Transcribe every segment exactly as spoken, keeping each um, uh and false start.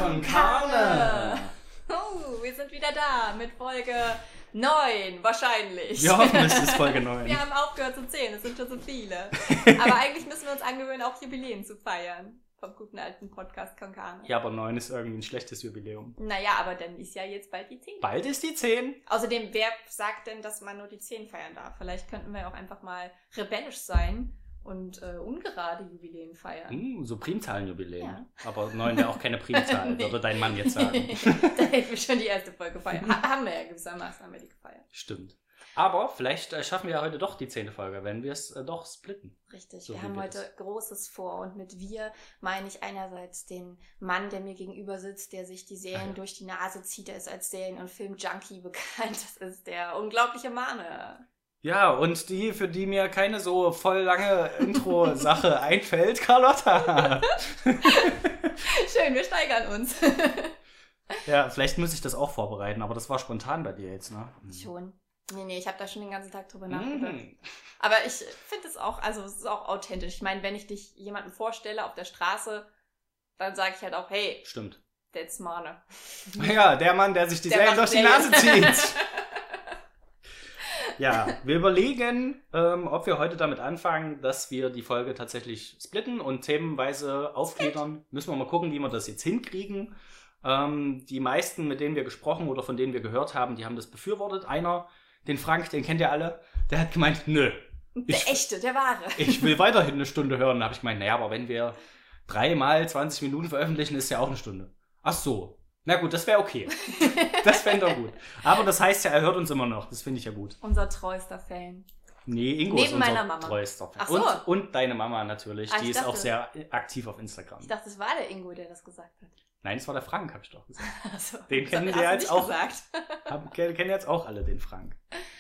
Con Carne! Oh, wir sind wieder da mit Folge neun, wahrscheinlich. Wir hoffen, es ist Folge neun. Wir haben aufgehört zu zählen, es sind schon so viele. Aber eigentlich müssen wir uns angewöhnen, auch Jubiläen zu feiern. Vom guten alten Podcast Con Carne. Ja, aber neun ist irgendwie ein schlechtes Jubiläum. Naja, aber dann ist ja jetzt bald die zehn. Bald ist die zehn. Außerdem, wer sagt denn, dass man nur die zehn feiern darf? Vielleicht könnten wir auch einfach mal rebellisch sein und äh, ungerade Jubiläen feiern. Uh, so Primzahlenjubiläen. Ja. Aber neun wäre auch keine Primzahl, Nee. würde dein Mann jetzt sagen. Da hätten wir schon die erste Folge gefeiert. Ha- haben wir ja gewissermaßen haben wir die gefeiert. Stimmt. Aber vielleicht äh, schaffen wir ja heute doch die zehnte Folge, wenn wir es äh, doch splitten. Richtig, So wir wie haben wir heute das. Großes vor und mit wir meine ich einerseits den Mann, der mir gegenüber sitzt, der sich die Serien Ah, ja. durch die Nase zieht, der ist als Serien- und Film-Junkie bekannt, das ist der unglaubliche Mane. Ja, und die, für die mir keine so voll lange Intro-Sache einfällt, Carlotta. Schön, wir steigern uns. Ja, vielleicht muss ich das auch vorbereiten, aber das war spontan bei dir jetzt, ne? Schon. Nee, nee, ich habe da schon den ganzen Tag drüber nachgedacht. Mhm. Aber ich finde es auch, also es ist auch authentisch. Ich meine, wenn ich dich jemandem vorstelle auf der Straße, dann sage ich halt auch, hey, Stimmt. that's Mane. Ja, der Mann, der sich die Der Serien durch macht die Nase Serien. zieht. Ja, wir überlegen, ähm, ob wir heute damit anfangen, dass wir die Folge tatsächlich splitten und themenweise aufgliedern. Müssen wir mal gucken, wie wir das jetzt hinkriegen. Ähm, die meisten, mit denen wir gesprochen oder von denen wir gehört haben, die haben das befürwortet. Einer, den Frank, den kennt ihr alle, der hat gemeint, nö. Der Ich, echte, der wahre. ich will weiterhin eine Stunde hören. Da habe ich gemeint, naja, aber wenn wir dreimal zwanzig Minuten veröffentlichen, ist ja auch eine Stunde. Ach so. Na gut, das wäre okay. Das fände er gut. Aber das heißt ja, er hört uns immer noch. Das finde ich ja gut. Unser treuester Fan. Nee, Ingo Neben ist unser meiner Mama. treuester Fan. Ach so. Und, und deine Mama natürlich. Ah, Die ich ist dachte- auch sehr aktiv auf Instagram. Ich dachte, es war der Ingo, der das gesagt hat. Nein, es war der Frank, habe ich doch gesagt. Also, Den das kennen hast wir du jetzt nicht auch. gesagt. Hab, kennen kennen jetzt auch alle den Frank.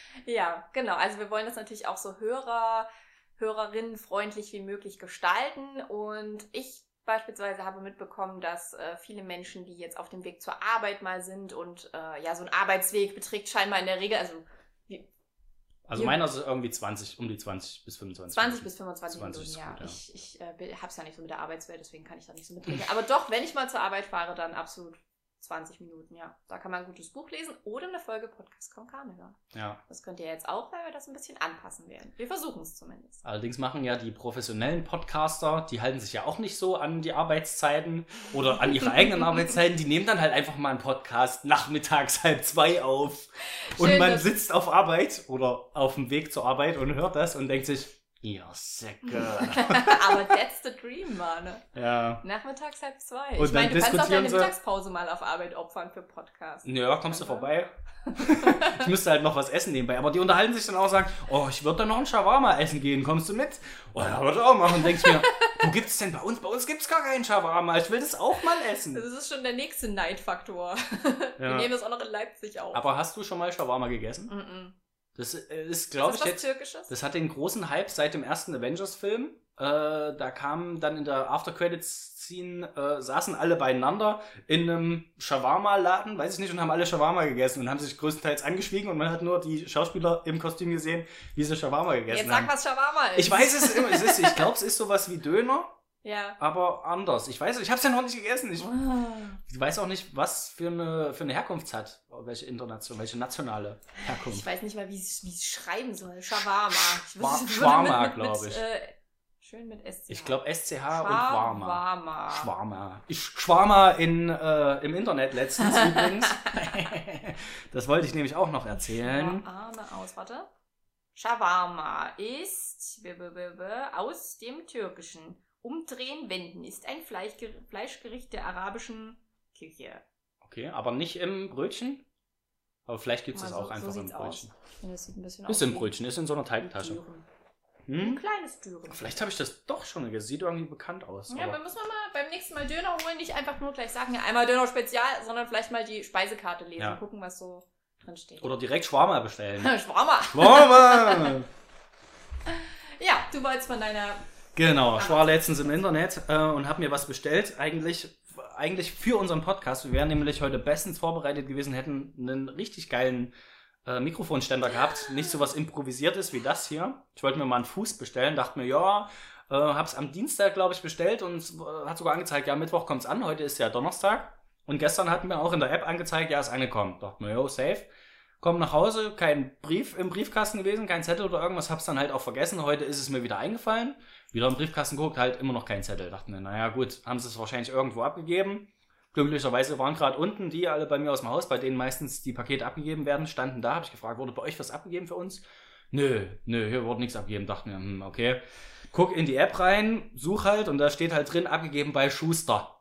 Ja, genau. Also wir wollen das natürlich auch so Hörer, Hörerinnen freundlich wie möglich gestalten. Und ich beispielsweise habe mitbekommen, dass äh, viele Menschen, die jetzt auf dem Weg zur Arbeit mal sind und äh, ja, so ein Arbeitsweg beträgt scheinbar in der Regel, also wie, Also Ja. meiner ist irgendwie zwanzig, um die zwanzig bis fünfundzwanzig. zwanzig bis fünfundzwanzig zwanzig Minuten, ist ja. gut, ja. Ich, ich äh, habe es ja nicht so mit der Arbeitswelt, deswegen kann ich da nicht so mitreden. Aber doch, wenn ich mal zur Arbeit fahre, dann absolut zwanzig Minuten, ja. Da kann man ein gutes Buch lesen oder eine Folge Podcast Con Carne hören. Ja. Das könnt ihr jetzt auch, weil wir das ein bisschen anpassen werden. Wir versuchen es zumindest. Allerdings machen ja die professionellen Podcaster, die halten sich ja auch nicht so an die Arbeitszeiten oder an ihre eigenen Arbeitszeiten. Die nehmen dann halt einfach mal einen Podcast nachmittags halb zwei auf. Und Schön, man dass- sitzt auf Arbeit oder auf dem Weg zur Arbeit und hört das und denkt sich, ihr Säcke. Aber that's the dream, Mann. Ja. Nachmittags halb zwei. Und ich meine, dann du kannst auch diskutieren deine sie- Mittagspause mal auf Arbeit opfern für Podcast. Ja, kommst du vorbei? Ich müsste halt noch was essen nebenbei. Aber die unterhalten sich dann auch und sagen, oh, ich würde dann noch ein Shawarma essen gehen. Kommst du mit? Oh, ja, würde ich auch machen. Und denkst mir, wo gibt's denn bei uns? Bei uns gibt's gar keinen Shawarma. Ich will das auch mal essen. Das ist schon der nächste Neidfaktor. Wir Ja. nehmen das auch noch in Leipzig auf. Aber hast du schon mal Shawarma gegessen? Mm-mm. Das äh, ist, Ist glaube das ich, was jetzt... Türkisches? Das hat den großen Hype seit dem ersten Avengers-Film. Äh, da kamen dann in der After-Credits-Scene, äh, saßen alle beieinander in einem Shawarma-Laden, weiß ich nicht, und haben alle Shawarma gegessen und haben sich größtenteils angeschwiegen und man hat nur die Schauspieler im Kostüm gesehen, wie sie Shawarma gegessen Jetzt haben. sag, was Shawarma ist. Ich weiß es immer, es ist, ich glaube, es ist sowas wie Döner, Ja. aber anders. Ich weiß, ich habe es ja noch nicht gegessen. Ich, Ah. ich weiß auch nicht, was für eine, für eine Herkunft es hat, welche internationale, welche nationale Herkunft. Ich weiß nicht mal, wie es wie es schreiben soll. Shawarma. Ich Schwa- würde Schwarma, mit- mit- glaub mit, ich. Äh, schön mit S C H. Ich glaube S C H und Warma. Shawarma. Schwarma. Ich schwarma in, äh, im Internet letztens übrigens. Das wollte ich nämlich auch noch erzählen. Arme aus, warte. Shawarma ist b- b- b- b- aus dem Türkischen. Umdrehen, wenden ist ein Fleischger Fleischgericht der arabischen Küche. Okay, aber nicht im Brötchen? Aber vielleicht gibt es das Also, auch so einfach im sieht's Brötchen. aus. Ich finde, das sieht ein bisschen Ist aus im wie Brötchen, ist in so einer ein Teigtasche. Düren. Ein Hm? kleines Düren. Vielleicht habe ich das doch schon gesehen. Sieht irgendwie bekannt aus. Ja, aber- wir müssen mal beim nächsten Mal Döner holen, nicht einfach nur gleich sagen, ja, einmal Döner Spezial, sondern vielleicht mal die Speisekarte lesen Ja. und gucken, was so drin steht. Oder direkt Schwarma bestellen. Schwarma. Schwarma! Ja, du wolltest von deiner... Genau, ich war letztens im Internet äh, und habe mir was bestellt. Eigentlich, eigentlich für unseren Podcast. Wir wären nämlich heute bestens vorbereitet gewesen, hätten einen richtig geilen äh, Mikrofonständer gehabt. Nicht so was Improvisiertes wie das hier. Ich wollte mir mal einen Fuß bestellen, dachte mir, ja, äh, hab's am Dienstag, glaube ich, bestellt und äh, hat sogar angezeigt, ja, Mittwoch kommt's an, heute ist ja Donnerstag. Und gestern hatten wir auch in der App angezeigt, ja, ist angekommen. Dachte mir, yo, safe. Komm nach Hause, kein Brief im Briefkasten gewesen, kein Zettel oder irgendwas, hab's dann halt auch vergessen. Heute ist es mir wieder eingefallen. Wieder im Briefkasten geguckt, halt immer noch kein Zettel. Dachte mir, naja gut, haben sie es wahrscheinlich irgendwo abgegeben. Glücklicherweise waren gerade unten die alle bei mir aus dem Haus, bei denen meistens die Pakete abgegeben werden, standen da. Habe ich gefragt, wurde bei euch was abgegeben für uns? Nö, nö, hier wurde nichts abgegeben. Dachte mir, hm, okay. Guck in die App rein, such halt und da steht halt drin, abgegeben bei Schuster.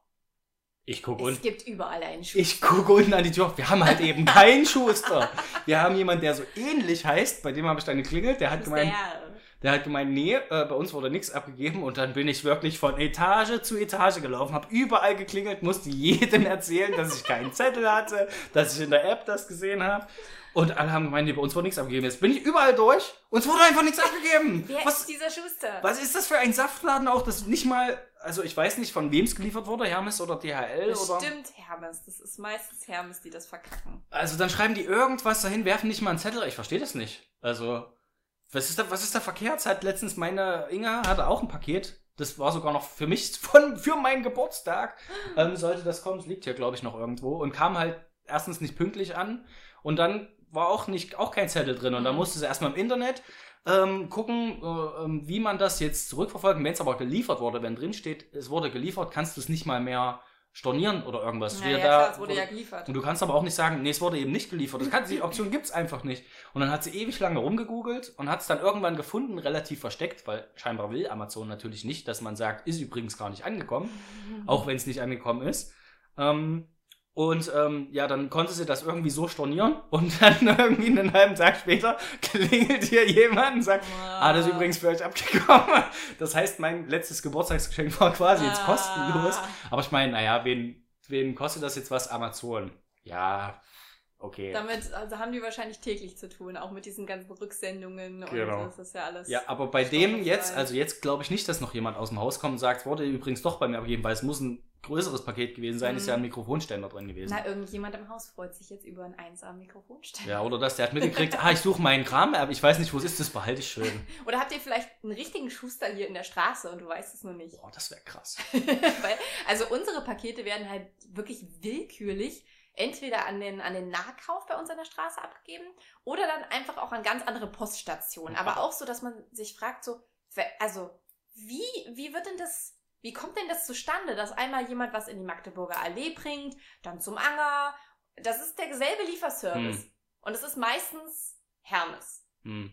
Ich guck unten. Es gibt überall einen Schuster. Ich gucke unten an die Tür. Wir haben halt eben keinen Schuster. Wir haben jemanden, der so ähnlich heißt. Bei dem habe ich dann geklingelt. Der hat gemeint, der hat gemeint, nee, äh, bei uns wurde nichts abgegeben. Und dann bin ich wirklich von Etage zu Etage gelaufen, habe überall geklingelt, musste jedem erzählen, dass ich keinen Zettel hatte, dass ich in der App das gesehen habe. Und alle haben gemeint, nee, bei uns wurde nichts abgegeben. Jetzt bin ich überall durch und es wurde einfach nichts abgegeben. Wer was, ist dieser Schuster? Was ist das für ein Saftladen auch, das nicht mal, also ich weiß nicht, von wem es geliefert wurde, Hermes oder D H L Bestimmt oder... Stimmt, Hermes. Das ist meistens Hermes, die das verkacken. Also dann schreiben die irgendwas dahin, werfen nicht mal einen Zettel. Ich verstehe das nicht. Also, was ist da, was ist da verkehrt? Hat letztens meine Inga hatte auch ein Paket. Das war sogar noch für mich von, für meinen Geburtstag. Ähm, sollte das kommen, es liegt hier, glaube ich, noch irgendwo. Und kam halt erstens nicht pünktlich an. Und dann war auch nicht auch kein Zettel drin. Und dann musste sie erstmal im Internet ähm, gucken, äh, wie man das jetzt zurückverfolgen. Wenn es aber geliefert wurde, wenn drin steht, es wurde geliefert, kannst du es nicht mal mehr stornieren oder irgendwas. Ja, ja, da, klar, es wurde ja geliefert. Und du kannst aber auch nicht sagen, nee, es wurde eben nicht geliefert. Das kann, die Option gibt's einfach nicht. Und dann hat sie ewig lange rumgegoogelt und hat es dann irgendwann gefunden, relativ versteckt, weil scheinbar will Amazon natürlich nicht, dass man sagt, ist übrigens gar nicht angekommen, mhm. auch wenn es nicht angekommen ist. Ähm, Und ähm, ja, dann konnte sie das irgendwie so stornieren und dann irgendwie einen halben Tag später klingelt hier jemand und sagt, wow. ah, das ist übrigens für euch abgekommen. Das heißt, mein letztes Geburtstagsgeschenk war quasi jetzt kostenlos. Aber ich meine, naja, wen, wen kostet das jetzt was? Amazon. Ja, okay. Damit also haben die wahrscheinlich täglich zu tun, auch mit diesen ganzen Rücksendungen genau. und das ist ja alles. Ja, aber bei dem jetzt, also jetzt glaube ich nicht, dass noch jemand aus dem Haus kommt und sagt, wurde übrigens doch bei mir abgegeben, weil es muss ein größeres Paket gewesen sein, mhm. ist ja ein Mikrofonständer drin gewesen. Na, irgendjemand im Haus freut sich jetzt über einen einsamen Mikrofonständer. Ja, oder das, der hat mitgekriegt, ah, ich suche meinen Kram, aber ich weiß nicht, wo es ist, das behalte ich schön. Oder habt ihr vielleicht einen richtigen Schuster hier in der Straße und du weißt es nur nicht? Boah, das wäre krass. Weil, also unsere Pakete werden halt wirklich willkürlich entweder an den, an den Nahkauf bei uns an der Straße abgegeben oder dann einfach auch an ganz andere Poststationen. Aber auch so, dass man sich fragt, so, also wie, wie wird denn das... Wie kommt denn das zustande, dass einmal jemand was in die Magdeburger Allee bringt, dann zum Anger? Das ist derselbe Lieferservice. Hm. Und es ist meistens Hermes. Hm.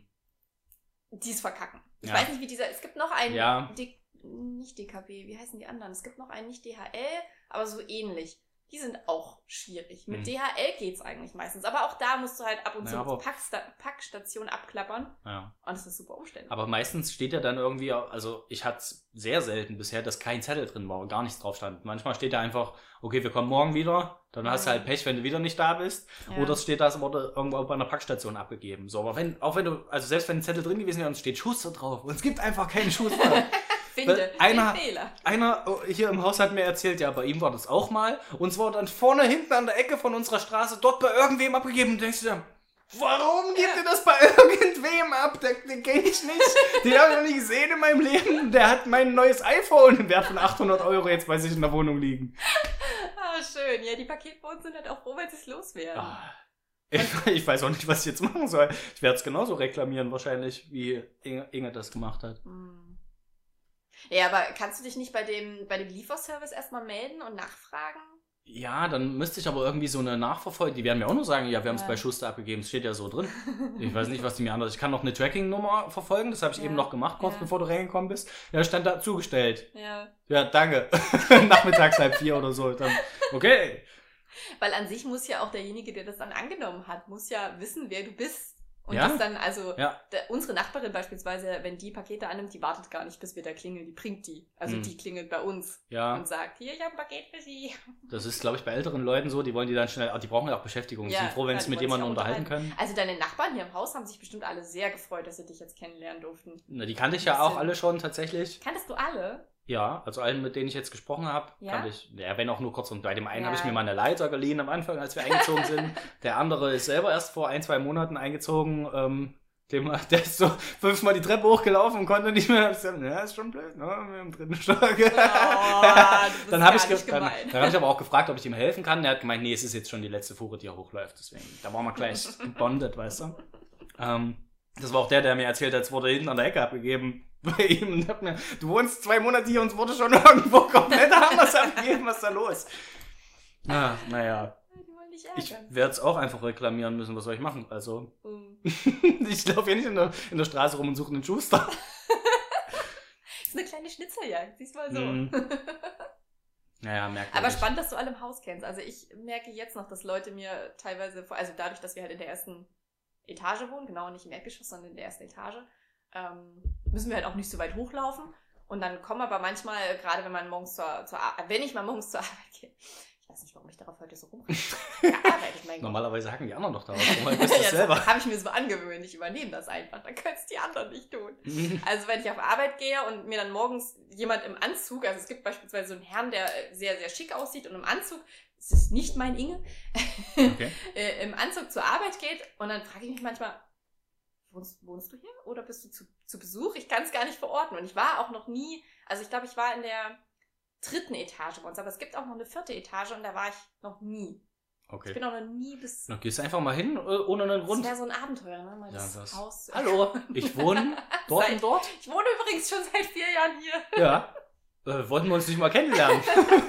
Die es verkacken. Ich ja. weiß nicht, wie dieser... Es gibt noch einen... Ja. D, nicht D K B, wie heißen die anderen? Es gibt noch einen, nicht D H L, aber so ähnlich. Die sind auch schwierig. Mit hm. D H L geht's eigentlich meistens. Aber auch da musst du halt ab und zu ja, Packsta- Packstation abklappern. Ja. Und das ist super umständlich. Aber meistens steht ja dann irgendwie, also ich hatte es sehr selten bisher, dass kein Zettel drin war und gar nichts drauf stand. Manchmal steht da einfach, okay, wir kommen morgen wieder. Dann mhm. hast du halt Pech, wenn du wieder nicht da bist. Ja. Oder es steht da, es wurde irgendwo bei einer Packstation abgegeben. So, aber wenn, auch wenn du, also selbst wenn ein Zettel drin gewesen wäre und es steht Schuster drauf und es gibt einfach keinen Schuster. Finde einer, den Fehler. Einer hier im Haus hat mir erzählt, ja, bei ihm war das auch mal. Und zwar dann vorne hinten an der Ecke von unserer Straße, dort bei irgendwem abgegeben. Und denkst du dir, warum gibt ja. ihr das bei irgendwem ab? Den, den kenne ich nicht. Den habe ich noch nie gesehen in meinem Leben. Der hat mein neues iPhone im Wert von achthundert Euro jetzt bei sich in der Wohnung liegen. Ah, schön. Ja, die Paketboten sind halt auch froh, weil sie es loswerden. Ah. Ich, ich weiß auch nicht, was ich jetzt machen soll. Ich werde es genauso reklamieren wahrscheinlich, wie Inge, Inge das gemacht hat. Hm. Ja, aber kannst du dich nicht bei dem, bei dem Lieferservice erstmal melden und nachfragen? Ja, dann müsste ich aber irgendwie so eine Nachverfolgung, die werden mir auch nur sagen, ja, wir haben es ja. bei Schuster abgegeben, es steht ja so drin. Ich weiß nicht, was die mir anders... Ich kann noch eine Tracking-Nummer verfolgen, das habe ich ja. eben noch gemacht, kurz ja. bevor du reingekommen bist. Ja, stand da zugestellt. Ja. Ja, danke. Nachmittags halb vier oder so. Dann, okay. Weil an sich muss ja auch derjenige, der das dann angenommen hat, muss ja wissen, wer du bist. Und ja? das dann, also, ja. da, unsere Nachbarin beispielsweise, wenn die Pakete annimmt, die wartet gar nicht, bis wir da klingeln, die bringt die. Also, hm. die klingelt bei uns ja. und sagt, hier, ich habe ein Paket für Sie. Das ist, glaube ich, bei älteren Leuten so, die wollen die dann schnell, die brauchen ja auch Beschäftigung, ja, die sind froh, wenn ja, sie mit jemandem unterhalten können. Also, deine Nachbarn hier im Haus haben sich bestimmt alle sehr gefreut, dass sie dich jetzt kennenlernen durften. Na, die kannte ich ja auch alle schon, tatsächlich. Kanntest du alle? Ja, also allen, mit denen ich jetzt gesprochen habe, ja? kannte ich, ja, wenn auch nur kurz. Und bei dem einen ja. habe ich mir mal eine Leiter geliehen am Anfang, als wir eingezogen sind. Der andere ist selber erst vor ein, zwei Monaten eingezogen. Ähm, Dem, der ist so fünfmal die Treppe hochgelaufen und konnte nicht mehr. Ja, ist schon blöd, ne? Wir im dritten Stock. Oh, dann habe ich, ge- dann, dann hab ich aber auch gefragt, ob ich ihm helfen kann. Er hat gemeint, nee, es ist jetzt schon die letzte Fuhre, die er hochläuft. Deswegen, da waren wir gleich gebondet, weißt du. Ähm, das war auch der, der mir erzählt hat, es wurde hinten an der Ecke abgegeben bei ihm. Und hat mir, du wohnst zwei Monate hier und es wurde schon irgendwo komplett anders abgegeben. Was ist da los? Ah, naja. Ich werde es auch einfach reklamieren müssen. Was soll ich machen? Also, mm. ich laufe ja nicht in der, in der Straße rum und suche einen Schuster. Das ist eine kleine Schnitzeljagd, siehst mal so. Mm. Naja, merkt Aber nicht. Spannend, dass du alle im Haus kennst. Also ich merke jetzt noch, dass Leute mir teilweise, also dadurch, dass wir halt in der ersten Etage wohnen, genau, nicht im Erdgeschoss, sondern in der ersten Etage, ähm, müssen wir halt auch nicht so weit hochlaufen. Und dann kommen aber manchmal, gerade wenn man morgens zur, zur Ar- wenn ich mal morgens zur Arbeit gehe, ich weiß nicht, warum ich darauf heute so rumreite. Normalerweise hacken die anderen doch darauf. Rum, das ja, selber. Habe ich mir so angewöhnt. Ich übernehme das einfach. Dann können es die anderen nicht tun. Also wenn ich auf Arbeit gehe und mir dann morgens jemand im Anzug, also es gibt beispielsweise so einen Herrn, der sehr, sehr schick aussieht und im Anzug, es ist nicht mein Inge, okay. im Anzug zur Arbeit geht und dann frage ich mich manchmal, wohnst, wohnst du hier oder bist du zu, zu Besuch? Ich kann es gar nicht verorten. Und ich war auch noch nie, also ich glaube, ich war in der dritten Etage bei uns, aber es gibt auch noch eine vierte Etage und da war ich noch nie. Okay. Ich bin auch noch nie bis... Dann gehst du einfach mal hin, ohne einen Grund. Das wäre so ein Abenteuer, ne? Mal ja, das das. Haus... Hallo, ich wohne dort seit, und dort. Ich wohne übrigens schon seit vier Jahren hier. Ja, äh, wollten wir uns nicht mal kennenlernen.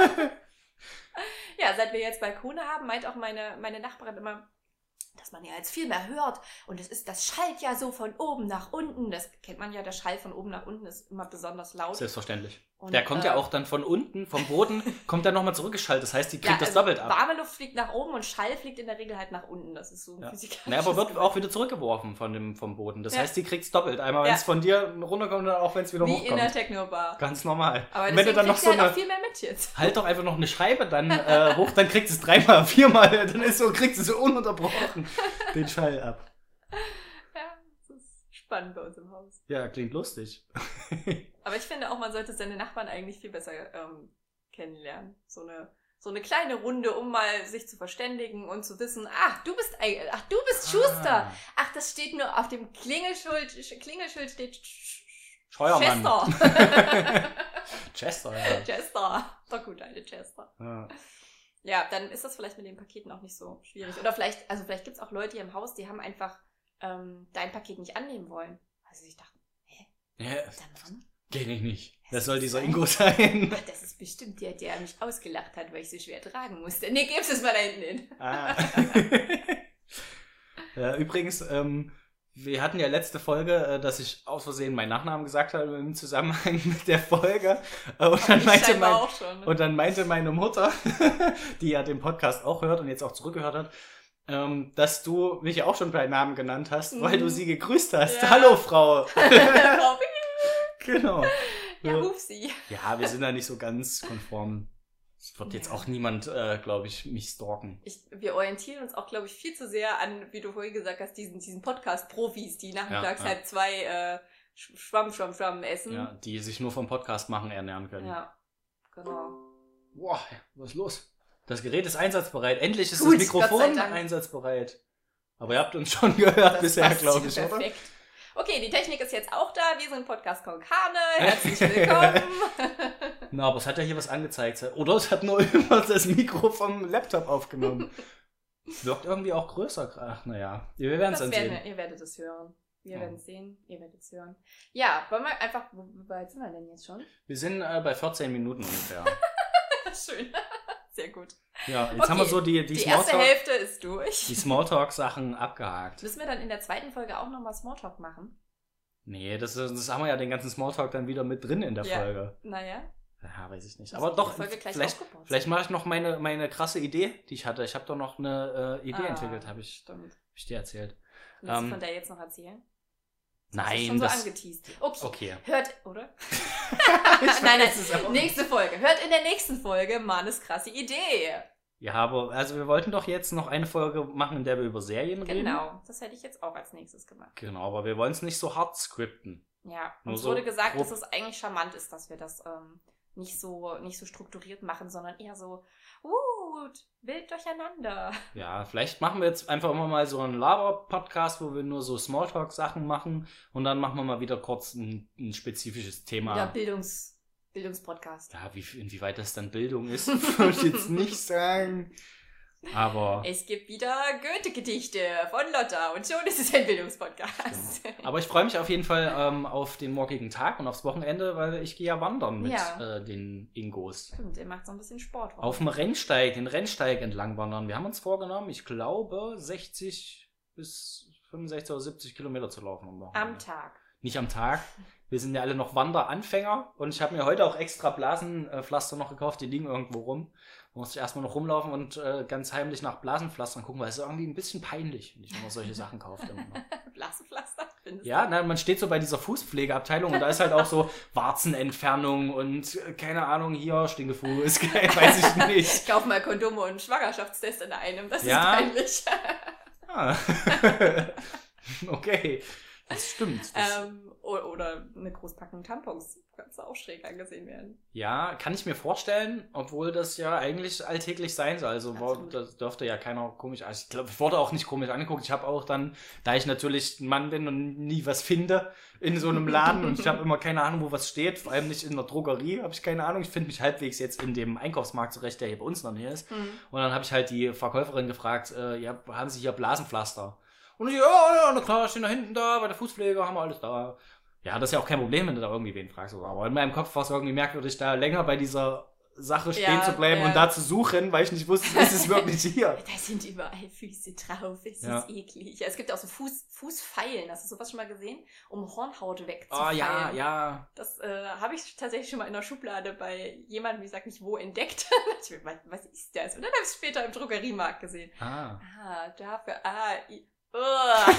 Ja, seit wir jetzt Balkone haben, meint auch meine, meine Nachbarin immer, dass man ja jetzt viel mehr hört und es ist, das schallt ja so von oben nach unten. Das kennt man ja, der Schall von oben nach unten ist immer besonders laut. Selbstverständlich. Und, der kommt äh, ja auch dann von unten, vom Boden, kommt dann nochmal zurückgeschaltet. Das heißt, die kriegt ja, das also doppelt ab. Warme Luft fliegt nach oben und Schall fliegt in der Regel halt nach unten. Das ist so ein ja. physikalisches naja, aber wird Gefühl. auch wieder zurückgeworfen von dem, vom Boden. Das ja. heißt, die kriegt es doppelt. Einmal, wenn es ja. von dir runterkommt und auch wenn es wieder Wie hochkommt. Wie in der Techno-Bar. Ganz normal. Aber und wenn du dann noch so halt eine, auch viel mehr mit jetzt. Halt doch einfach noch eine Scheibe dann äh, hoch, dann kriegt es dreimal, viermal, dann ist so, kriegt es so ununterbrochen den Schall ab. Ja, das ist spannend bei uns im Haus. Ja, klingt lustig. Aber ich finde auch, man sollte seine Nachbarn eigentlich viel besser ähm, kennenlernen. So eine, so eine kleine Runde, um mal sich zu verständigen und zu wissen, ach, du bist ach, du bist Schuster. Ah. Ach, das steht nur auf dem Klingelschild, Klingelschild steht Scheuermann. Chester. Chester, ja. Chester. Doch gut, eine Chester. Ja. Ja, dann ist das vielleicht mit den Paketen auch nicht so schwierig. Oder vielleicht, also vielleicht gibt es auch Leute hier im Haus, die haben einfach ähm, dein Paket nicht annehmen wollen. Also ich dachte, hä? Ja, der Mann? Kenn ich nicht. Das, das soll dieser Ingo sein. Ach, das ist bestimmt der, der mich ausgelacht hat, weil ich so schwer tragen musste. Nee, gib's es mal da hinten hin. Ah. Ja, übrigens, ähm, wir hatten ja letzte Folge, dass ich aus Versehen meinen Nachnamen gesagt habe im Zusammenhang mit der Folge. Und dann, meinte, mein, auch schon, ne? Und dann meinte meine Mutter, die ja den Podcast auch hört und jetzt auch zurückgehört hat, ähm, dass du mich ja auch schon bei Namen genannt hast, mhm. weil du sie gegrüßt hast. Ja. Hallo, Frau. Frau Genau. Ja, ruf sie. Ja, wir sind da nicht so ganz konform. Es wird ja. jetzt auch niemand, äh, glaube ich, mich stalken. Ich, wir orientieren uns auch, glaube ich, viel zu sehr an, wie du vorhin gesagt hast, diesen, diesen Podcast-Profis, die nachmittags ja, ja. halb zwei äh, Schwamm, Schwamm, Schwamm essen. Ja, die sich nur vom Podcast machen ernähren können. Ja, genau. Boah, was ist los? Das Gerät ist einsatzbereit. Endlich ist Gut, das Mikrofon einsatzbereit. Aber ihr habt uns schon gehört das bisher, glaube ich, perfekt. oder? Okay, die Technik ist jetzt auch da. Wir sind Podcast Konkane. Herzlich willkommen. Na, aber es hat ja hier was angezeigt. Oder es hat nur immer das Mikro vom Laptop aufgenommen. Wirkt irgendwie auch größer. Ach, naja. Wir werden es dann sehen. Wir, ihr werdet es hören. Wir ja. werden es sehen. Ihr werdet es hören. Ja, wollen wir einfach... Wie weit sind wir denn jetzt schon? Wir sind äh, bei vierzehn Minuten ungefähr. Schön. Sehr gut. Ja, jetzt okay. haben wir so die, die, die Smalltalk, erste Hälfte ist durch. Die Smalltalk-Sachen abgehakt. Müssen wir dann in der zweiten Folge auch nochmal Smalltalk machen? Nee, das, das haben wir ja den ganzen Smalltalk dann wieder mit drin in der ja. Folge. Naja. Ja, weiß ich nicht. Aber doch, vielleicht, vielleicht mache ich noch meine, meine krasse Idee, die ich hatte. Ich habe doch noch eine äh, Idee ah, entwickelt, habe ich, hab ich dir erzählt. Willst ähm, du von der jetzt noch erzählen? Nein. Das ist schon das, so angeteased. Okay. okay. Hört, oder? nein, nein. Nächste Folge. Hört in der nächsten Folge Mannes krasse Idee. Ja, aber also wir wollten doch jetzt noch eine Folge machen, in der wir über Serien reden. Genau, das hätte ich jetzt auch als nächstes gemacht. Genau, aber wir wollen es nicht so hart skripten. Ja, uns so wurde gesagt, grob. dass es eigentlich charmant ist, dass wir das ähm, nicht so nicht so strukturiert machen, sondern eher so, Uh, wild durcheinander. Ja, vielleicht machen wir jetzt einfach immer mal so einen Laber-Podcast, wo wir nur so Smalltalk-Sachen machen und dann machen wir mal wieder kurz ein, ein spezifisches Thema. Wieder Bildungs, Bildungspodcast. Ja, wie, inwieweit das dann Bildung ist, würde ich jetzt nicht sagen. Aber es gibt wieder Goethe-Gedichte von Lotta und schon ist es ein Bildungspodcast. Stimmt. Aber ich freue mich auf jeden Fall ähm, auf den morgigen Tag und aufs Wochenende, weil ich gehe ja wandern mit Ja. äh, den Ingos. Stimmt, der macht so ein bisschen Sport. heute. Auf dem Rennsteig, den Rennsteig entlang wandern. Wir haben uns vorgenommen, ich glaube, sechzig bis fünfundsechzig oder siebzig Kilometer zu laufen. Am Wochenende. Am Tag. Nicht am Tag. Wir sind ja alle noch Wanderanfänger und ich habe mir heute auch extra Blasenpflaster noch gekauft, die liegen irgendwo rum. Da musste ich erstmal noch rumlaufen und äh, ganz heimlich nach Blasenpflastern gucken, weil es ist irgendwie ein bisschen peinlich, wenn ich immer solche Sachen kaufe. Blasenpflaster? Findest Ja, du? nein, man steht so bei dieser Fußpflegeabteilung und da ist halt auch so Warzenentfernung und äh, keine Ahnung, hier Stinkefuß, weiß ich nicht. Kauf mal Kondome und Schwangerschaftstest in einem, das Ja. ist peinlich. Ah. Okay, das stimmt. Das, ähm, o- oder eine Großpackung Tampons. Kannst du auch schräg angesehen werden. ja, kann ich mir vorstellen, obwohl das ja eigentlich alltäglich sein soll. Also war, Absolut. das dürfte ja keiner komisch. Also ich glaube, ich wurde auch nicht komisch angeguckt. Ich habe auch dann, da ich natürlich ein Mann bin und nie was finde in so einem Laden und ich habe immer keine Ahnung, wo was steht, vor allem nicht in der Drogerie, habe ich keine Ahnung. Ich finde mich halbwegs jetzt in dem Einkaufsmarkt zurecht, der hier bei uns noch hier ist. Mhm. Und dann habe ich halt die Verkäuferin gefragt, äh, ja, haben Sie hier Blasenpflaster? Und ich, ja, ja, na klar, stehen da hinten da, bei der Fußpflege, haben wir alles da. Ja, das ist ja auch kein Problem, wenn du da irgendwie wen fragst. Oder? Aber in meinem Kopf war es irgendwie merkwürdig, da länger bei dieser Sache stehen Ja, zu bleiben ja. und da zu suchen, weil ich nicht wusste, ist es wirklich hier. Da sind überall Füße drauf. Es Ja. ist eklig. Ja, es gibt auch so Fuß, Fußfeilen. Hast du sowas schon mal gesehen? Um Hornhaut Oh wegzufeilen. ja, ja. Das äh, habe ich tatsächlich schon mal in der Schublade bei jemandem, ich sag nicht wo, entdeckt. Ich mir, was, was ist das? Und dann habe ich es später im Drogeriemarkt gesehen. Ah. Ah, dafür, ah, i, oh.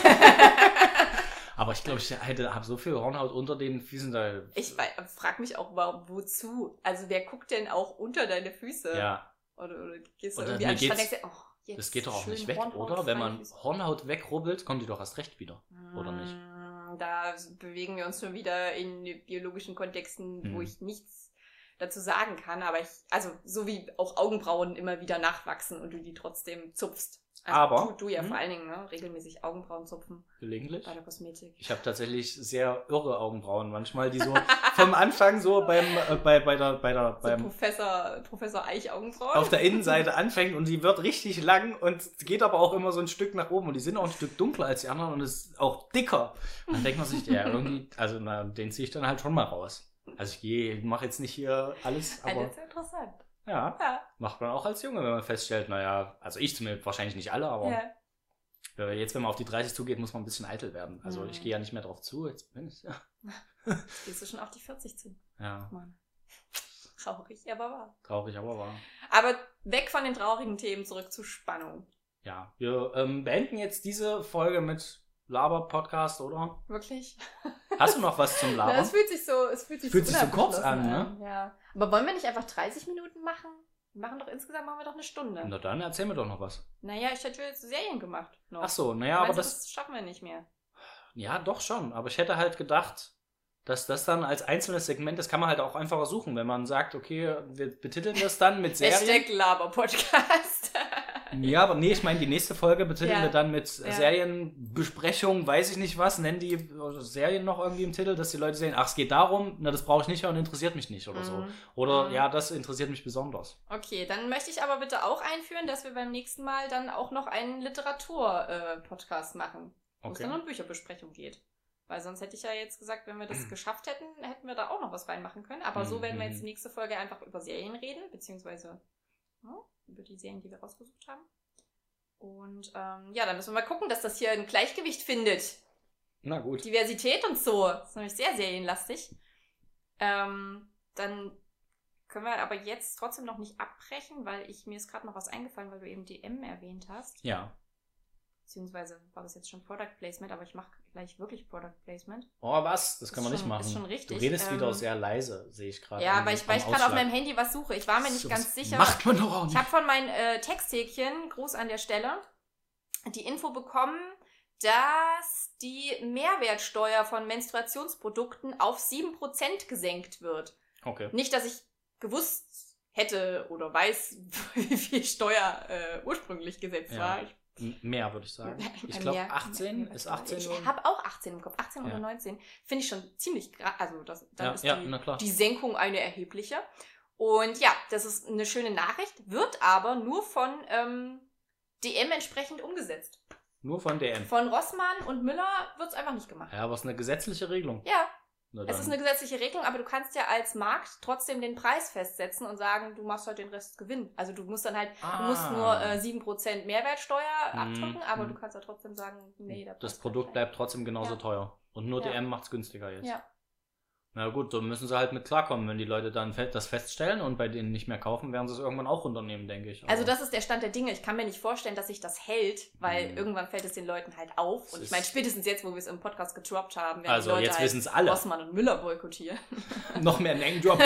Aber ich glaube, ich hätte, habe so viel Hornhaut unter den Füßen da. Ich frage mich auch, warum, wozu? Also wer guckt denn auch unter deine Füße? Ja, Oder, oder gehst du Oder irgendwie mir an den Strand geht's- und denkst dir, oh, jetzt das geht doch auch schön nicht weg, Hornhaut, oder? Wenn man freie Füße. Hornhaut wegrubbelt, kommt die doch erst recht wieder. Oder nicht? Mm, Da bewegen wir uns schon wieder in biologischen Kontexten, Hm. wo ich nichts dazu sagen kann. Aber ich, also so wie auch Augenbrauen immer wieder nachwachsen und du die trotzdem zupfst. Also Aber- Tu, du ja hm. vor allen Dingen, ne? Regelmäßig Augenbrauen zupfen Gelegentlich? bei der Kosmetik. Ich habe tatsächlich sehr irre Augenbrauen manchmal, die so vom Anfang so beim, äh, bei, bei der, bei der, So beim, Professor, Professor Eich Augenbrauen. auf der Innenseite anfängt und die wird richtig lang und geht aber auch immer so ein Stück nach oben und die sind auch ein Stück dunkler als die anderen und ist auch dicker. Dann denkt man sich, ja, irgendwie, also na, den ziehe ich dann halt schon mal raus. Also ich gehe, mache jetzt nicht hier alles, Also, aber das ist interessant. ja, Ja, macht man auch als Junge, wenn man feststellt, naja, also ich zumindest wahrscheinlich nicht alle, aber ja. äh, jetzt, wenn man auf die dreißig zugeht, muss man ein bisschen eitel werden. Also Mhm. ich gehe ja nicht mehr drauf zu, jetzt bin ich, ja. Jetzt gehst du schon auf die vierzig zu. Ja, Mann. Traurig, aber wahr. traurig, aber wahr. Aber weg von den traurigen Themen, zurück zu Spannung. Ja, wir ähm, beenden jetzt diese Folge mit Laber-Podcast, oder? Wirklich? Hast du noch was zum Ja, Labern? es fühlt sich so, es fühlt sich Fühlt so, sich so kurz unabgeschlossen an, Ja. Aber wollen wir nicht einfach dreißig Minuten machen? Wir machen doch insgesamt machen wir doch eine Stunde. Na dann erzähl mir doch noch was. Naja, ich hätte jetzt Serien gemacht. Noch. Ach so, naja, aber Meinst du, das, das schaffen wir nicht mehr. ja, doch schon. Aber ich hätte halt gedacht, dass das dann als einzelnes Segment, das kann man halt auch einfacher suchen, wenn man sagt, okay, wir betiteln das dann mit Serien. Hashtag Laber-Podcast. Ja, aber nee, ich meine, die nächste Folge betiteln Ja. wir dann mit Ja. Serienbesprechung, weiß ich nicht was, nennen die Serien noch irgendwie im Titel, dass die Leute sehen, ach, es geht darum, na, das brauche ich nicht und interessiert mich nicht oder so. Mhm. Oder, Mhm. ja, das interessiert mich besonders. Okay, dann möchte ich aber bitte auch einführen, dass wir beim nächsten Mal dann auch noch einen Literatur-Podcast machen, wo es Okay. dann um Bücherbesprechung geht. Weil sonst hätte ich ja jetzt gesagt, wenn wir das geschafft hätten, hätten wir da auch noch was reinmachen können. Aber so werden wir jetzt Mhm. die nächste Folge einfach über Serien reden, beziehungsweise ja, über die Serien, die wir rausgesucht haben. Und ähm, ja, dann müssen wir mal gucken, dass das hier ein Gleichgewicht findet. Na gut. Diversität und so. Das ist nämlich sehr serienlastig. Ähm, dann können wir aber jetzt trotzdem noch nicht abbrechen, weil ich mir ist gerade noch was eingefallen, weil du eben D M erwähnt hast. Ja. Beziehungsweise war das jetzt schon Product Placement, aber ich mache gleich wirklich Product Placement. Oh, was? Das kann Ist man nicht schon- machen. ist schon richtig, Du redest ähm, wieder sehr leise, sehe ich gerade. Ja, am- weil ich, am weil ich gerade auf Ausschlag. meinem Handy was suche. Ich war mir nicht So, ganz was sicher. Macht man doch auch Ich nicht. habe von meinen äh, Texthäkchen, Gruß an der Stelle, die Info bekommen, dass die Mehrwertsteuer von Menstruationsprodukten auf sieben Prozent gesenkt wird. Okay. Nicht, dass ich gewusst hätte oder weiß, wie viel Steuer äh, ursprünglich gesetzt Ja. war. Ich, Mehr, würde ich sagen. Ich Bei glaube mir- achtzehn, mir- ist achtzehn Ich nur. habe auch achtzehn im Kopf, achtzehn Ja. oder neunzehn. Finde ich schon ziemlich, gra- also das, dann Ja, ist ja, die, na klar. die Senkung eine erhebliche. Und ja, das ist eine schöne Nachricht, wird aber nur von ähm, D M entsprechend umgesetzt. Nur von D M. Von Rossmann und Müller wird es einfach nicht gemacht. Ja, aber es ist eine gesetzliche Regelung. Ja, Na es dann. ist eine gesetzliche Regelung, aber du kannst ja als Markt trotzdem den Preis festsetzen und sagen, du machst halt den Rest Gewinn. Also du musst dann halt, Ah. du musst nur äh, sieben Prozent Mehrwertsteuer Mhm, abdrücken, aber mhm. du kannst ja trotzdem sagen, nee, der Das Preis Produkt bleibt bleibt trotzdem genauso Ja. teuer. Und nur Ja. D M macht es günstiger jetzt. Ja. Na gut, da müssen sie halt mit klarkommen. Wenn die Leute dann fe- das feststellen und bei denen nicht mehr kaufen, werden sie es irgendwann auch runternehmen, denke ich. Also Aber das ist der Stand der Dinge. Ich kann mir nicht vorstellen, dass sich das hält, weil Mhm. irgendwann fällt es den Leuten halt auf. Es Und ich ist- meine, spätestens jetzt, wo wir es im Podcast gedroppt haben, werden Also, die Leute jetzt halt wissen's alle. Rossmann und Müller boykottieren. noch mehr Name-Dropping.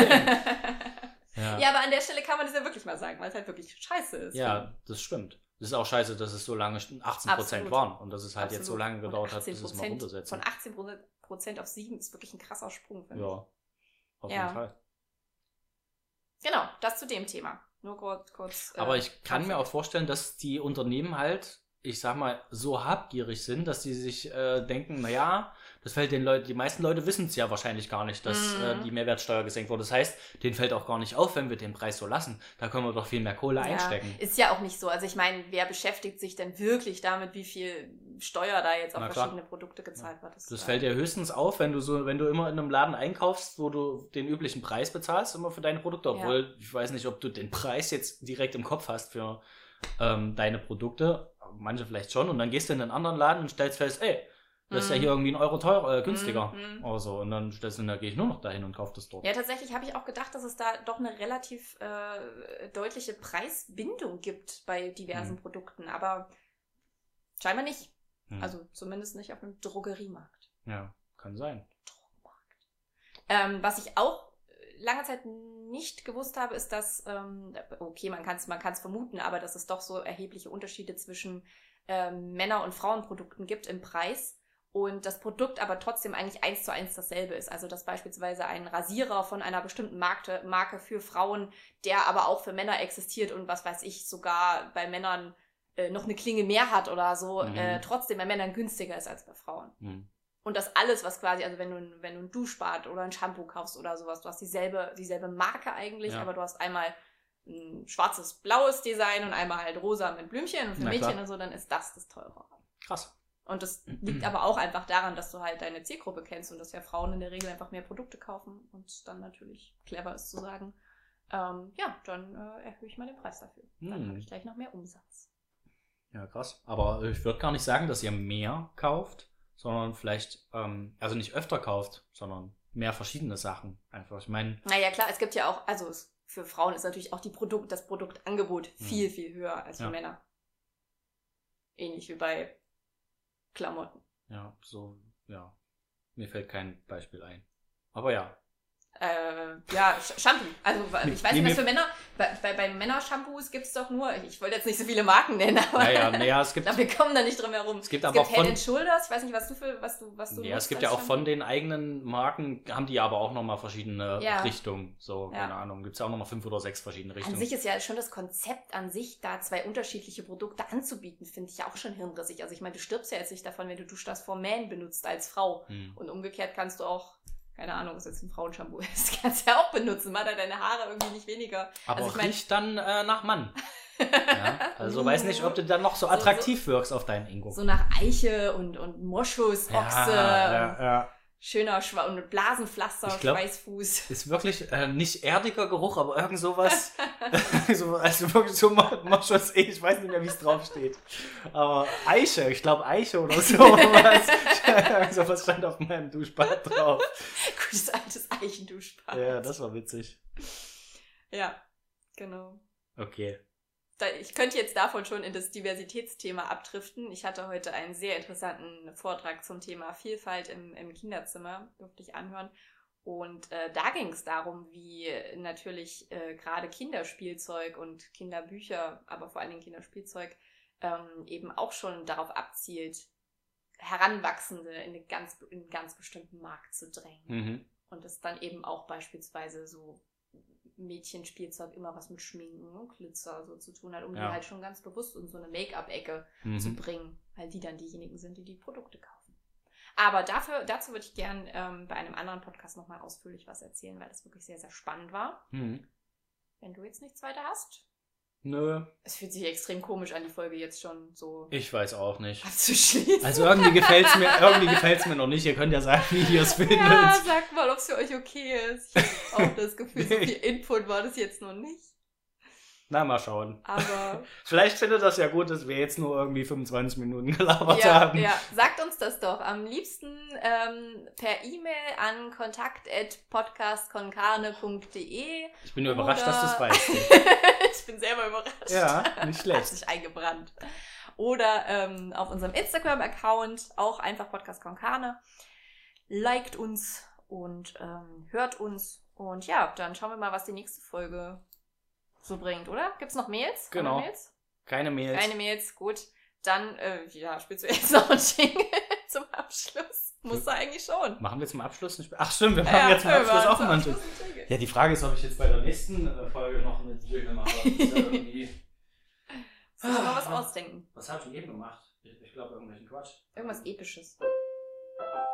ja. Ja, aber an der Stelle kann man das ja wirklich mal sagen, weil es halt wirklich scheiße ist. ja, das stimmt. Das ist auch scheiße, dass es so lange achtzehn Prozent Absolut. waren und dass es halt Absolut. jetzt so lange Und gedauert hat, achtzehn bis es mal Prozent runtersetzen. Von achtzehn Prozent auf sieben ist wirklich ein krasser Sprung, finde Ja, auf Ja. jeden Fall. ich. Genau, das zu dem Thema. Nur kurz. kurz Aber äh, ich kann mir auch vorstellen, dass die Unternehmen halt, ich sag mal, so habgierig sind, dass die sich äh, denken, naja, das fällt den Leuten, die meisten Leute wissen es ja wahrscheinlich gar nicht, dass Mhm. äh, die Mehrwertsteuer gesenkt wurde. Das heißt, denen fällt auch gar nicht auf, wenn wir den Preis so lassen. Da können wir doch viel mehr Kohle einstecken. Ist ja auch nicht so. Also ich meine, wer beschäftigt sich denn wirklich damit, wie viel Steuer da jetzt auf Na klar. verschiedene Produkte gezahlt wird? Das äh, fällt dir höchstens auf, wenn du so, wenn du immer in einem Laden einkaufst, wo du den üblichen Preis bezahlst, immer für deine Produkte. Obwohl, ich weiß nicht, ob du den Preis jetzt direkt im Kopf hast für ähm, deine Produkte. Manche vielleicht schon. Und dann gehst du in einen anderen Laden und stellst fest, ey, das ist ja Mhm. hier irgendwie ein Euro teurer, äh, günstiger. Mhm. Oder so. Und dann stellst du, da gehe ich nur noch dahin und kaufe das dort. Ja, tatsächlich habe ich auch gedacht, dass es da doch eine relativ äh, deutliche Preisbindung gibt bei diversen Hm. Produkten, aber scheinbar nicht. Hm. Also zumindest nicht auf dem Drogeriemarkt. Ja, kann sein. Ähm, was ich auch lange Zeit nicht gewusst habe, ist, dass, ähm, okay, man kann es man kann's vermuten, aber dass es doch so erhebliche Unterschiede zwischen ähm, Männer- und Frauenprodukten gibt im Preis. Und das Produkt aber trotzdem eigentlich eins zu eins dasselbe ist. Also dass beispielsweise ein Rasierer von einer bestimmten Marke, Marke für Frauen, der aber auch für Männer existiert und was weiß ich, sogar bei Männern äh, noch eine Klinge mehr hat oder so, Mhm. äh, trotzdem bei Männern günstiger ist als bei Frauen. Hm. Und das alles, was quasi, also wenn du, ein- wenn du ein Duschbad oder ein Shampoo kaufst oder sowas, du hast dieselbe, dieselbe Marke eigentlich, Ja. aber du hast einmal ein schwarzes, blaues Design und einmal halt rosa mit Blümchen und für Na Mädchen klar. und so, dann ist das das teurere. Krass. Und das liegt aber auch einfach daran, dass du halt deine Zielgruppe kennst und dass ja Frauen in der Regel einfach mehr Produkte kaufen und dann natürlich clever ist zu sagen, ähm, ja, dann äh, erhöhe ich mal den Preis dafür. Dann Hm. habe ich gleich noch mehr Umsatz. Ja, krass. Aber ich würde gar nicht sagen, dass ihr mehr kauft, sondern vielleicht, ähm, also nicht öfter kauft, sondern mehr verschiedene Sachen einfach. Ich meine, Naja, klar, es gibt ja auch, also es, für Frauen ist natürlich auch die Produkt, das Produktangebot viel, viel höher als für Ja. Männer. Ähnlich wie bei Klamotten. ja, so, ja. Mir fällt kein Beispiel ein. Aber ja. Äh, ja, Sch- Shampoo. Also ich weiß Nee, nicht, was mir- für Männer, bei, bei, bei Männershampoos gibt es doch nur, ich wollte jetzt nicht so viele Marken nennen, aber Naja, naja, es gibt, ich glaube, wir kommen da nicht drum herum. es gibt Es aber gibt auch Head von, and Shoulders, ich weiß nicht, was du für, was du, was du ja, es nutzt gibt als ja auch Shampoo. von den eigenen Marken, haben die aber auch nochmal verschiedene Ja. Richtungen. So, Ja. keine Ahnung. Gibt es ja auch nochmal fünf oder sechs verschiedene An Richtungen. sich ist ja schon das Konzept an sich, da zwei unterschiedliche Produkte anzubieten, finde ich ja auch schon hirnrissig. Also ich meine, du stirbst ja jetzt nicht davon, wenn du Duschdas for Man benutzt als Frau. Hm. Und umgekehrt kannst du auch, keine Ahnung, was jetzt ein Frauenshampoo ist, kannst du ja auch benutzen, macht ja deine Haare irgendwie nicht weniger. Aber also ich mein- riecht dann äh, nach Mann. Ja? Also Uh. weiß nicht, ob du dann noch so So- attraktiv wirkst auf deinen Ingo. So nach Eiche und, und Moschus, Ochse, ja, ja. schöner Schwa und Blasenpflaster, Ich glaub- Schweißfuß. Ist wirklich äh, nicht erdiger Geruch, aber irgend sowas. so, also wirklich so Moschus, ich weiß nicht mehr, wie es draufsteht. Aber Eiche, ich glaube Eiche oder sowas. sowas stand auf meinem Duschbad drauf. Gutes altes Eichenduschbad. Ja, das war witzig. Ja, genau. Okay. Da, ich könnte jetzt davon schon in das Diversitätsthema abdriften. Ich hatte heute einen sehr interessanten Vortrag zum Thema Vielfalt im, im Kinderzimmer, durfte ich anhören. Und äh, da ging es darum, wie natürlich äh, gerade Kinderspielzeug und Kinderbücher, aber vor allen Dingen Kinderspielzeug, ähm, eben auch schon darauf abzielt, Heranwachsende in, eine ganz, in einen ganz bestimmten Markt zu drängen. Mhm. Und es dann eben auch beispielsweise so Mädchenspielzeug immer was mit Schminken und Glitzer so zu tun hat, um Ja. die halt schon ganz bewusst in so eine Make-up-Ecke Mhm. zu bringen, weil die dann diejenigen sind, die die Produkte kaufen. Aber dafür, dazu würde ich gern ähm, bei einem anderen Podcast nochmal ausführlich was erzählen, weil das wirklich sehr, sehr spannend war. Mhm. Wenn du jetzt nichts weiter hast. Nö, Es fühlt sich extrem komisch an, die Folge jetzt schon so ich weiß auch nicht. abzuschließen. Also irgendwie gefällt's mir, irgendwie gefällt's mir noch nicht. Ihr könnt ja sagen, wie ihr es findet. Ja, sagt mal, ob es für euch okay ist. Ich habe auch das Gefühl, so viel Input war das jetzt noch nicht. Na, mal schauen. Aber Vielleicht findet das ja gut, dass wir jetzt nur irgendwie fünfundzwanzig Minuten gelabert ja, haben. ja, sagt uns das doch. Am liebsten ähm, per E-Mail an kontakt at podcastconcarne punkt de. Ich bin ja überrascht, dass du es Oder- weißt. Ich bin selber überrascht. Ja, nicht Hat schlecht. sich eingebrannt. Oder ähm, auf unserem Instagram-Account, auch einfach Podcast Concarne. Liked uns und ähm, hört uns. Und ja, dann schauen wir mal, was die nächste Folge so bringt, oder? Gibt's noch Mails? Haben wir Genau. Mails? Keine Mails. Keine Mails, gut. Dann, äh, ja, spielst du jetzt noch ein Jingle zum Abschluss? Musst du eigentlich schon. Machen wir zum Abschluss nicht. Ach stimmt, wir machen Ja, jetzt zum wir Abschluss machen auch zum mal einen Abschluss Jingle. einen Jingle. Ja, die Frage ist, ob ich jetzt bei der nächsten äh, Folge noch eine Jingle mache. Das ist ja irgendwie... Soll ich mal was ausdenken? Was habe ich denn eben gemacht? Ich, ich glaube, irgendwelchen Quatsch. Irgendwas Episches.